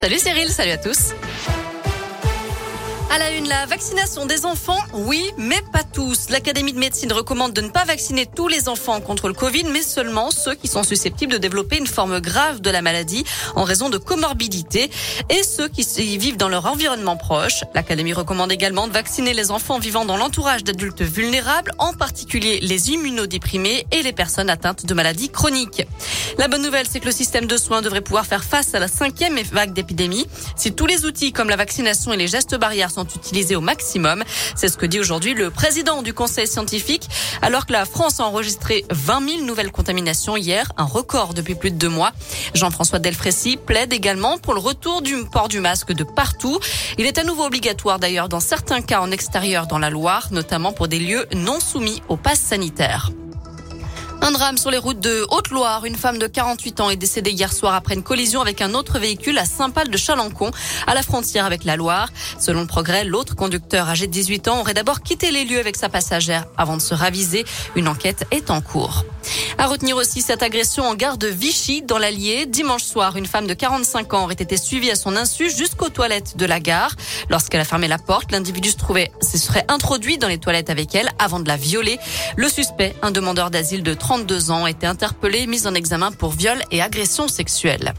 Salut Cyril, salut à tous. À la une, la vaccination des enfants, oui, mais pas tous. L'Académie de médecine recommande de ne pas vacciner tous les enfants contre le Covid, mais seulement ceux qui sont susceptibles de développer une forme grave de la maladie en raison de comorbidité et ceux qui vivent dans leur environnement proche. L'Académie recommande également de vacciner les enfants vivant dans l'entourage d'adultes vulnérables, en particulier les immunodéprimés et les personnes atteintes de maladies chroniques. La bonne nouvelle, c'est que le système de soins devrait pouvoir faire face à la 5e vague d'épidémie si tous les outils comme la vaccination et les gestes barrières sont utilisés au maximum. C'est ce que dit aujourd'hui le président du conseil scientifique, alors que la France a enregistré 20 000 nouvelles contaminations hier, un record depuis plus de 2 mois. Jean-François Delfrécy plaide également pour le retour du port du masque de partout. Il est à nouveau obligatoire d'ailleurs dans certains cas en extérieur dans la Loire, notamment pour des lieux non soumis au pass sanitaire. Un drame sur les routes de Haute-Loire. Une femme de 48 ans est décédée hier soir après une collision avec un autre véhicule à Saint-Pal-de-Chalancon, à la frontière avec la Loire. Selon le Progrès, l'autre conducteur âgé de 18 ans aurait d'abord quitté les lieux avec sa passagère avant de se raviser. Une enquête est en cours. À retenir aussi cette agression en gare de Vichy, dans l'Allier. Dimanche soir, une femme de 45 ans aurait été suivie à son insu jusqu'aux toilettes de la gare. Lorsqu'elle a fermé la porte, l'individu se serait introduit dans les toilettes avec elle avant de la violer. Le suspect, un demandeur d'asile de 32 ans, a été interpellé, mis en examen pour viol et agression sexuelle.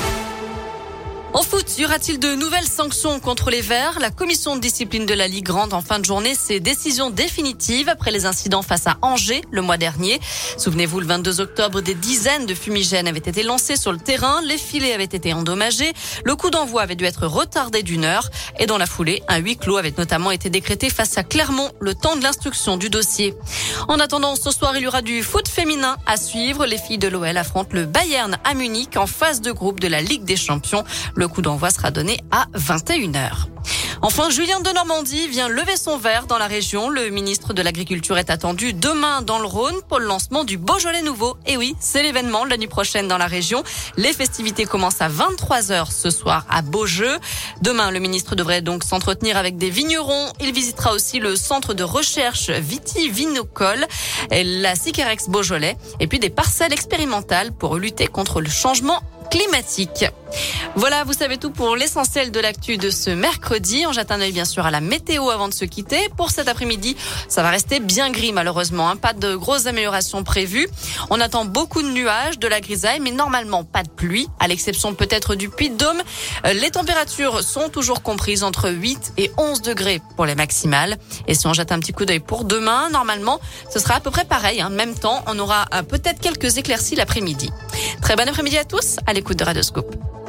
En foot, y aura-t-il de nouvelles sanctions contre les Verts? La commission de discipline de la Ligue rend en fin de journée ses décisions définitives après les incidents face à Angers le mois dernier. Souvenez-vous, le 22 octobre, des dizaines de fumigènes avaient été lancés sur le terrain. Les filets avaient été endommagés. Le coup d'envoi avait dû être retardé d'1 heure. Et dans la foulée, un huis clos avait notamment été décrété face à Clermont, le temps de l'instruction du dossier. En attendant, ce soir, il y aura du foot féminin à suivre. Les filles de l'OL affrontent le Bayern à Munich en phase de groupe de la Ligue des Champions. Le coup d'envoi sera donné à 21h. Enfin, Julien Denormandie vient lever son verre dans la région. Le ministre de l'Agriculture est attendu demain dans le Rhône pour le lancement du Beaujolais nouveau. Et oui, c'est l'événement la nuit prochaine dans la région. Les festivités commencent à 23h ce soir à Beaujeu. Demain, le ministre devrait donc s'entretenir avec des vignerons. Il visitera aussi le centre de recherche vitivinicole, la Sicarex Beaujolais, et puis des parcelles expérimentales pour lutter contre le changement climatique. Voilà, vous savez tout pour l'essentiel de l'actu de ce mercredi. On jette un œil bien sûr à la météo avant de se quitter. Pour cet après-midi, ça va rester bien gris malheureusement. Pas de grosses améliorations prévues. On attend beaucoup de nuages, de la grisaille, mais normalement pas de pluie, à l'exception peut-être du Puy-de-Dôme. Les températures sont toujours comprises entre 8 et 11 degrés pour les maximales. Et si on jette un petit coup d'œil pour demain, normalement, ce sera à peu près pareil. Même temps, on aura peut-être quelques éclaircies l'après-midi. Très bon après-midi à tous, à l'écoute de Radioscoop.